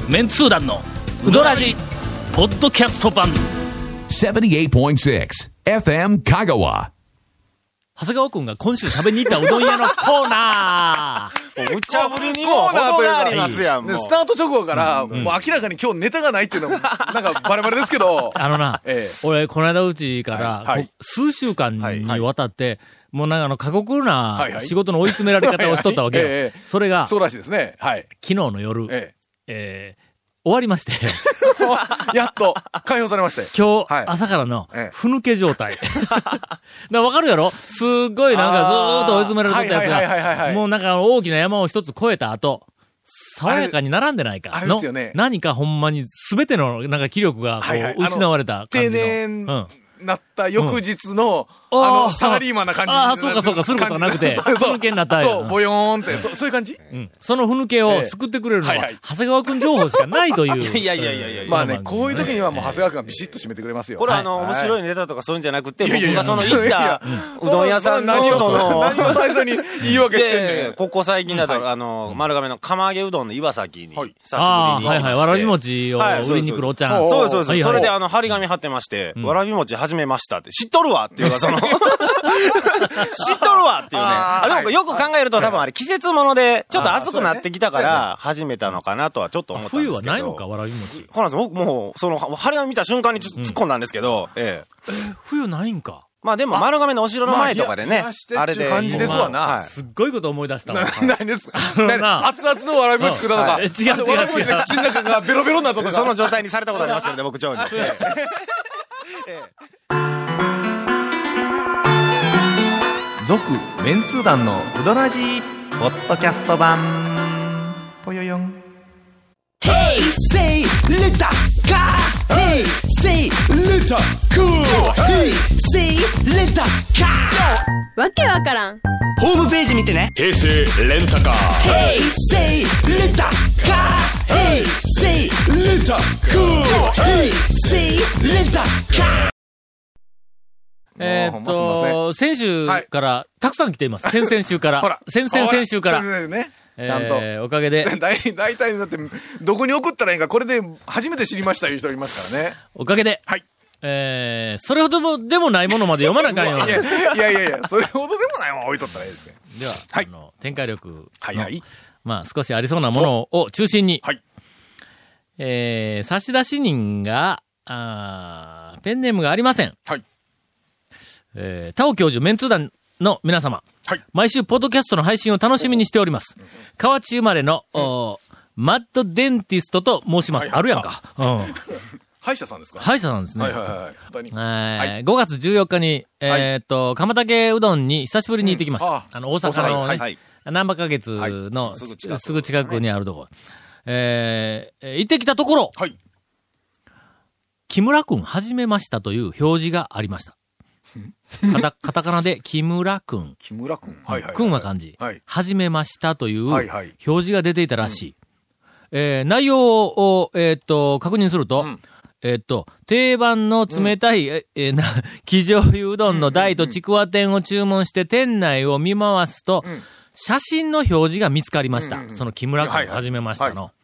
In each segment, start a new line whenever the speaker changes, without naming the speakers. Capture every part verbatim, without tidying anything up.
メンツー団のウドラジポッドキャスト版
ななじゅうはちてんろく エフエム 香川。
長谷川くんが今週食べに行ったうどん屋のコーナー
無茶ぶりにも程がありますやん。もう
スタート直後から、もう明らかに今日ネタがないっていうのも、なんかバレバレですけど。
あのな、
ええ、
俺、この間うちから、
はいはい、
数週間にわたって、はいはい、もうなんかあの過酷な仕事の追い詰められ方をしとったわけよ。はいはい、それが、
そうらしいですね。はい。
昨日の夜、えええー終わりまして。
やっと、解放されまして。
今日、朝からの、ふぬけ状態。だわかるやろすっごいなんかずーっと追い詰められてたやつが、もうなんか大きな山を一つ越えた後、爽やかに並んでないかの、ね、何かほんまに全てのなんか気力がこう、はいはい、失われた感じの。
定年、うんなった翌日の、うん、あの、サラリーマンな感じ。
ああ、そうかそうか、することがなくて、ふぬけになった
そう、ボヨーンって、そそういう感じ、
うん、そのふぬけを救ってくれるのは、ええはいはい、長谷川くん情報しかないという。
いやいやいやいや
まあね、こういう時にはもう長谷川くんがビシッと締めてくれますよ。
これはあの、はい、面白いネタとかそういうんじゃなくて、僕がその行った、うどん屋さんの、その、
何を最初に言い訳してんねん。
ここ最近だと、あの、丸亀の釜揚げうどんの岩崎に、久しぶりに行きまして。
はいはい、わらび餅を売りに来るおっちゃん。
そうです、そうです。それであの、張り紙貼ってまして、わらび餅始めましたって。知っとるわっていうか、その、知っとるわっていうね。あでもよく考えると多分あれ季節物で、ちょっと暑くなってきたから始めたのかなとはちょっと思ったんですけど。
冬はないのか、わらび餅。
ほら、僕もう、その、張り紙見た瞬間にちょっと突っ込んだんですけど、ええ。
冬ないんか。
まあでも丸亀のお城の前とかでね、
あれで感じですわな。
すっごいこと思い出したわ。
何ですか？熱々のわらび餅食ったとか。
違う違う違う。
わらび餅で口の中がベロベロになったとか。
その状態にされたことありますよね、僕長に。
続メンツー団のうどらじポッドキャスト版ぽよよん。
Hey, say, let the car. Hey, say, let the cool. Hey, say, let the car.
わけわからん。
ホームページ見てね。
平成レンタカー。
Hey, say, let the car. Hey, say, let the cool. Hey, say, let the car.
えーっと、先週からたくさん来ています。先々週から。先々先週から。
ちゃんと。
おかげで。
大体だって、どこに送ったらいいか、これで初めて知りましたいう人いますからね。
おかげで。
はい。
えー、それほどもでもないものまで読まなあかんよ。
いやいやいやいや、それほどでもないもの置いとったらいいですね。
では、はい、あの、展開力の、
はいはい、
まあ少しありそうなものを中心に、
はい、
えー、差出人が、あペンネームがありません。
はい。
えー、タオ教授、メンツー団の皆様。はい。毎週、ポッドキャストの配信を楽しみにしております。河内生まれの、うん、マッドデンティストと申します。はいはい、あるやんか。うん。
歯医者さんですか？
歯医者さんですね。
はいはいはい。
はい、ごがつじゅうよっかに、えー、っと、蒲竹うどんに久しぶりに行ってきました。うん、あ, あの、大阪のね、はいはい、南波花月の、はい、すぐ近く、すぐ近くにあるところ。えー、行ってきたところ、はい、木村くん始めましたという表示がありました。カタ、カタカナで木村くん。
木村くん。はいはい、はい。
くんは漢字。
はい。
始めましたという表示が出ていたらしい。うん、えー、内容を、えー、っと、確認すると、うん、えー、っと、定番の冷たい、うん、えー、な、生醤油うどんの大とちくわ天を注文して店内を見回すと、うん、写真の表示が見つかりました。うんうん、その木村くん始めましたの。はいはい、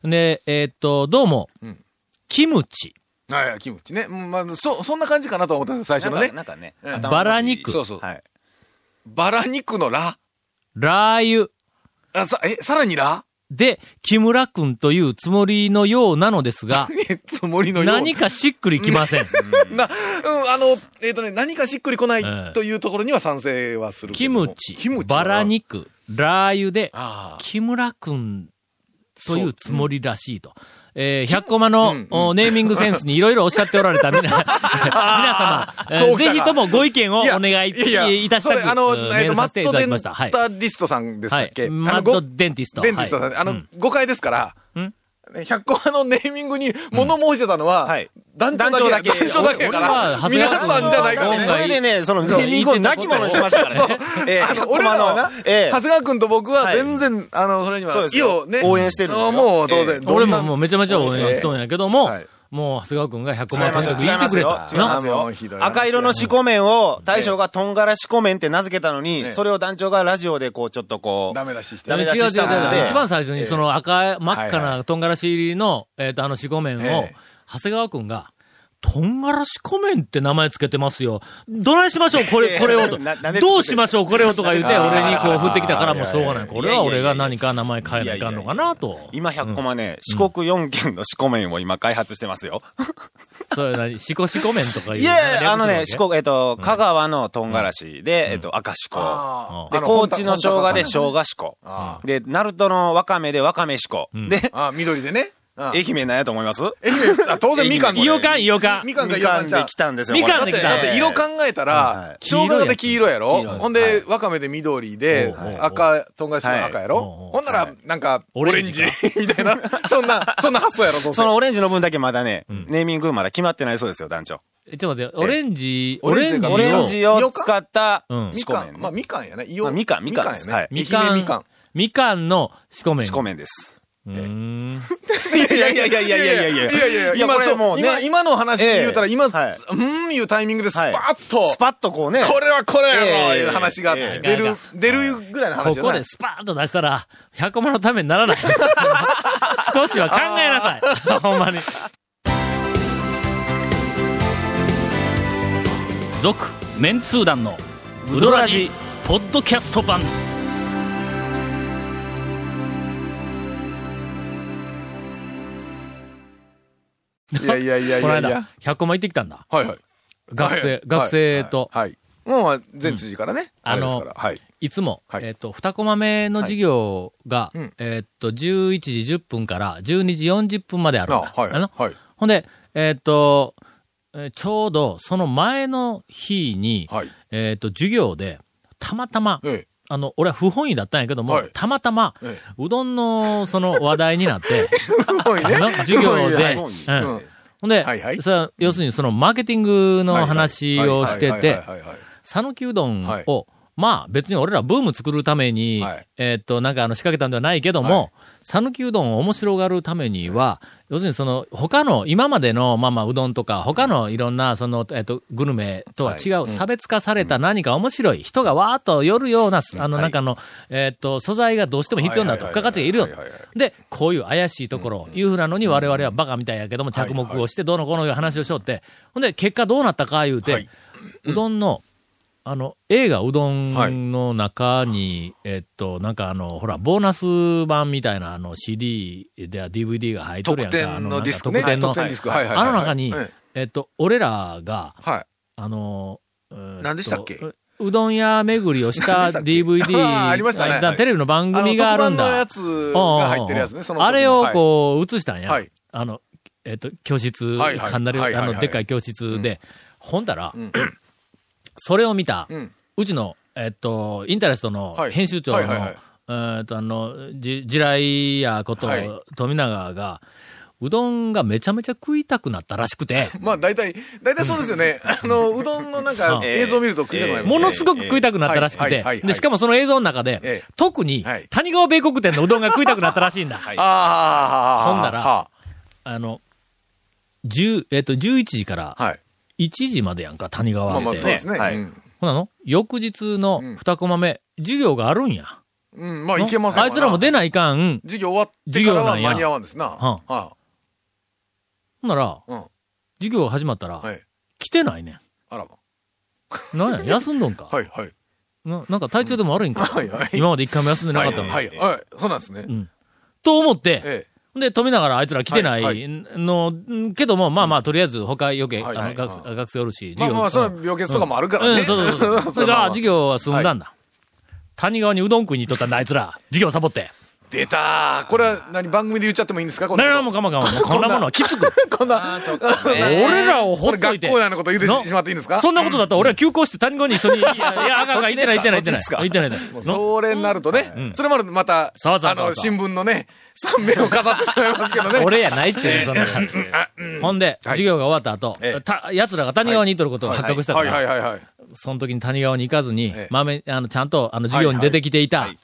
で、えー、っと、どうも、うん、キムチ。
はいはい、キムチね。まあ、そ、そんな感じかなと思ったんです最初のね。
なんかね。
うん、バラ肉。
そうそう。はい。バラ肉のラ。
ラー油。
あ、さ、え、さらにラ
で、木村くんというつもりのようなのですが、
つもりのよう
何かしっくりきません。
な、うん、あの、えっとね、何かしっくりこないというところには賛成はするけど。
キムチ、キムチバラ肉、ラー油で、木村くんというつもりらしいと。えー、ひゃっコマの、うんうん、ネーミングセンスにいろいろおっしゃっておられた皆、皆様、えー、ぜひともご意見をお願い い, い, やいたしたく、
あの、えっと、マッドデンタリストさんでしたっけ、はい、
マッドデンティスト。
デンティストさん、はい、あの、うん、誤解ですから、んひゃっコマのネーミングに物申してたのは、うんはい、団長だけ、団長だけから、皆さんじゃないから、
ね、それでね、そのネーミングを亡き者にしましたからね。
えー、あの、俺らはな、えー、長谷川くんと僕は全然、はい、あの、それには、意をね、
応援してるんですよ。
もう当然、
えー、俺ももうめちゃめちゃ応援しとんやけども、はい、 もう、長谷川くんがひゃっこまん
違いますよ。違いますよ。違いますよ。赤色の四股麺を大将がとんがら四股麺って名付けたのに、それを団長がラジオでこうちょっとこう、
ダメ出しして。
ダメ出ししたので。
一番最初にその赤、真っ赤なとんがらし入りの、えっと、あの四股麺を、長谷川くんが、とんがらし粉麺って名前つけてますよ。どないしましょうこれ、これをと。どうしましょうこれをとか言って、俺にこう振ってきたからもうしょうがない。これは俺が何か名前変えないかんのかなと。
今ひゃっこまね、四国よん県の四股麺を今開発してますよ。
それ何四股四股麺とかいう。
いやいや、あのね、四国、えっと、香川のとんがらしで、えっと、赤四股。で、高知の生姜で生姜四股。で、鳴門のわかめでわかめ四股。で、
あ、緑でね。
愛媛なんやと思います？
愛媛、当然みかん。
いよかん、いよかん。
みかんが
みかんで来たんですよ。
みかんで来た。
だって色考えたら、生姜で黄色やろ？ほんで、わかめで緑で、赤、とんがらしが赤やろ？ほんなら、なんか、オレンジみたいな、そんな、そんな発想やろ、どうせ。
そのオレンジの分だけまだね、ネーミングまだ決まってないそうですよ、団長。
ちょっと待って、オレンジ、
オレンジ
オレンジを使った
みかん。まあ、みかんやね。
みかん、みかんです。はい。
みかん、みかん。みかんの四股麺。
四股麺です。
うーん。
いやいやいやいやいやいやいやいや。
いやいや、今そう、もうね、今の話で言うたら、今、うーんいうタイミングでスパッと、
スパッとこうね、
これはこれやろいう話が出る、出るぐらいの話
ここでスパッと出したら、ひゃっこまのためにならない。少しは考えなさい。ほんまに。続、メンツー団の、ウドラジ、ポッドキャスト版。
いやいやいやいやいや。
この間、ひゃっこま行ってきたんだ。
はいはい。
学生、学生と。
はい。もう、全辻からね。
あの、いつも、えっと、にコマ目の授業が、えっと、じゅういちじじゅっぷんからじゅうにじよんじゅっぷんまであるんだ。はい。ほんで、えっと、ちょうどその前の日に、えっと、授業で、たまたま、あの、俺は不本意だったんやけども、たまたま、うどんのその話題になって、授業で、ほんで、それは要するにそのマーケティングの話をしてて、讃岐うどんを、まあ別に俺らブーム作るために、えっと、なんかあの仕掛けたんではないけども、讃岐うどんを面白がるためには、要するにその他の今までのまあまあうどんとか他のいろんなそのえっとグルメとは違う差別化された何か面白い人がわーっと寄るようなあのなんかのえっと素材がどうしても必要になると付加価値がいるよ。で、こういう怪しいところいうふうなのに我々はバカみたいやけども着目をしてどうのこうのいう話をしようって。ほんで結果どうなったか言うて、うどんのあの、映画うどんの中に、はい、えっと、なんかあの、ほら、ボーナス版みたいなあの シーディー では ディーブイディー が入っとるやんか。
特典のディスクね。
特典の。
特典ディスク。はいはい。
あの中に、はい、えっと、俺らが、
はい、
あの、
何でしたっけ
うどん屋巡りをした ディーブイディー
あありましたね。
テレビの番組があるんだ。
あのやつが入ってるやつね。その
あれをこう、映したんや。
はい、
あの、えっと、教室、かなり、あの、でっかい教室で、ほんだら、それを見た、うちの、えっと、インタレストの編集長の、えっと、あの、じ、地雷やこと、富永が、うどんがめちゃめちゃ食いたくなったらしくて。
まあ、大体、大体そうですよね。あの、うどんのなんか映像を見ると食いたくなる。
ものすごく食いたくなったらしくて。で、しかもその映像の中で、特に、谷川米国店のうどんが食いたくなったらしいんだ。
あ
あ。ほんなら、あの、十、えっと、じゅういちじからいちじまでやんか、谷川って。
まあまあそうですね。はい。
ほなの翌日のにコマ目、授業があるんや。
うん、まあいけません。
あいつらも出ないかん。
授業終わってからは間に合わんですな。は
あ。ほんなら、授業が始まったら、来てないねん。
あらま。
なんや、休んどんか。
はいはい。
な、なんか体調でも悪いんか。はいはい。今まで一回も休んでなかったのに。
はいはい。そうなんですね。
うん。と思って、で、富永あいつら来てないの、けども、まあまあ、とりあえず他余計、学生おるし、
まあまあ、それは病欠とかもあるからね。
そうそうそう。それが、授業は済んだんだ。谷川にうどん食いに行っとったんだ、あいつら。授業サボって。
出たー。これは何、番組で言っちゃってもいいんですかこんな。
何もかもかも。こんなものはきつく。
こんな、
俺らをほっといて。
学校やのこと言ってしまっていいんですか
そんなことだったら俺は休校して谷川に一緒に、いや、いや、あかんか、行ってない行ってない行ってない。行ってない行ってない。
それになるとね、それまでまた、あの、新聞のね、三面を飾ってしまいますけどね。
俺やないっちゅう、そんな。ほんで、授業が終わった後、奴らが谷川に行っとることが発覚したから、その時に谷川に行かずに、豆、あの、ちゃんと、あの、授業に出てきていた、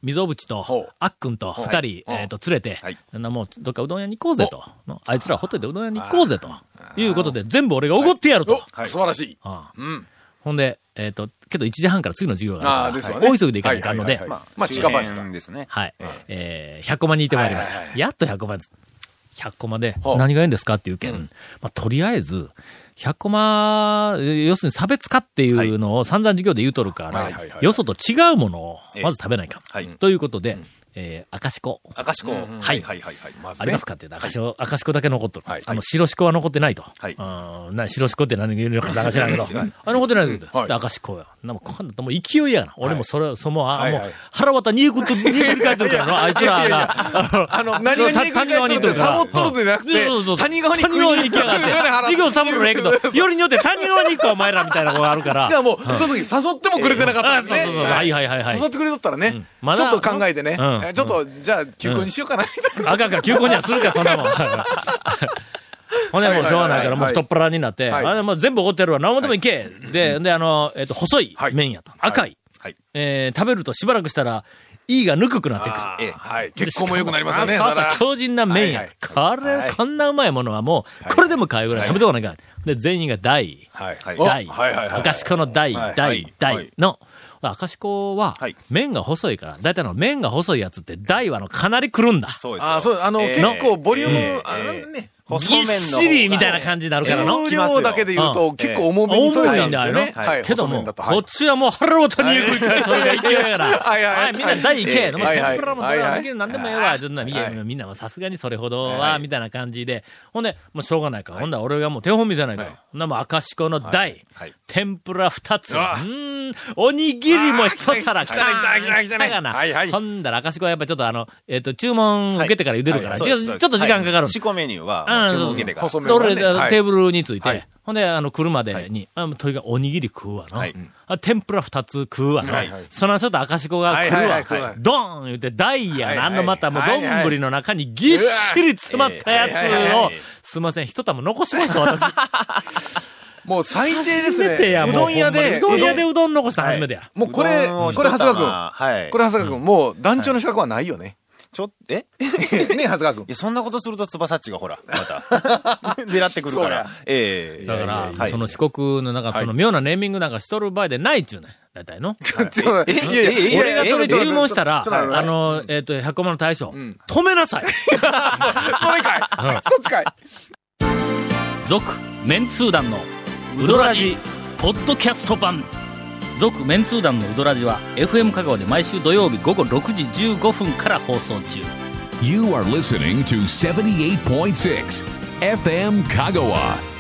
溝淵と、あっくんと二人、えっと、連れて、もう、どっかうどん屋に行こうぜと。あいつらほっといてうどん屋に行こうぜと。いうことで、全部俺がおごってやると。
素晴らしい。
ほんで、えっと、けどいちじはんから次の授業があるから、大急ぎで行かないかんので、
まあ、近場ですね。
はい。えー、ひゃくコマに行ってまいりました。やっとひゃくコマずつ。ひゃくコマで、何がいいんですかっていうけん。まあ、とりあえず、ひゃくコマ、要するに差別化っていうのを散々授業で言うとるから、よそと違うものをまず食べないか。ということで、えー、赤しこ。
赤しこ。はい。
はい、はい、はい。ありますかって言うと、赤しこ、赤しこだけ残っとる。あの、白しこは残ってないと。はい。うん、な、白しこって何言うのか探しないけど。あ、残ってないけど。で、赤しこや。なんか、こんな、もう勢いやな。俺もそれ、その、あ、もう、腹渡煮えくと、煮えくり返っとるからな、あいつらが。
あの、何が煮えくり返っとるってサボっとるんじゃなくて、谷側に
谷側に行きやがって。授業サボるのええけど、よりによって谷側に行くか、お前らみたいな子があるから。
しかも、その時誘ってもくれてなかったんですね。
はいはいはいはい。
誘ってくれとったらね、ちょっと考えてね、ちょっと、じゃあ、休校にしようかな、みたいな。
あかんか、休校にはするか、そんなもん。ほんでもうしょうがないから、もう太っ腹になって、あれもう全部おごってるわ、何もでもいけ。で、で、あの、えっと、細い麺やと。赤い。えー、食べるとしばらくしたら、いいがぬくくなってくる。
はい。血行も良くなりますよね。
そうそう、強靭な麺や。これ、こんなうまいものはもう、これでも買うぐらい食べてこないか。で、全員が大。大。赤しこの大、大、大の、赤しこは、麺が細いから、だいたいの麺が細いやつって、大はのかなりくるんだ。
そうです。
あ、そう、あの、結構ボリューム、あのね、
ぎっしりみたいな感じになるからの。
重量だけで言うと結構重めに取れちゃうんですよね。
はい。けども、こっちはもう腹ごとにゆっくりとそれが勢いやから。はいはい。みんな大行け。もう天ぷらもそれは何でもええわ。みんなはさすがにそれほどは、みたいな感じで。ほんで、もうしょうがないから。ほんだら俺がもう手本見せないから。ほんだらもう赤しこの大。天ぷら二つ。うん。おにぎりも一皿。
来た来た来た来た来た
な。ほんだら赤しこはやっぱちょっとあの、えっと、注文受けてから茹でるから。ちょっと時間かかる。
仕込メニューは、注文受けてから。
俺、テーブルについて、ほんで、あの、来るまでに、あとにかくおにぎり食うわな。あ天ぷら二つ食うわな。そのちょっと赤しこが食うわ。ドーン言って、ダイヤな。あのまたもう、丼の中にぎっしり詰まったやつを、すいません、一玉残します私。
もう最低ですね。うどん屋で、
うどん屋でうどん残した初めてや。
もうこれ、これ、長谷川君。これ、長谷川君、もう団長の資格はないよね。
ちょっと、え
ね長谷川君。
いや、そんなことすると翼っちがほら、また、狙ってくるから。ええ。
だから、その四国のなんか、その妙なネーミングなんかしとる場合でないっちゅうね。だいたいの。
え、いやいや
俺がそれ注文したら、あの、えっと、ひゃくコマの大将、止めなさい。
それかい。そっちかい。
続、メンツー団の、ウドラジ、ポッドキャスト版。続メンツー団のウドラジは エフエム 香川で毎週土曜日午後ろくじじゅうごふんから放送中。
You are listening to seventy-eight point six エフエム 香川。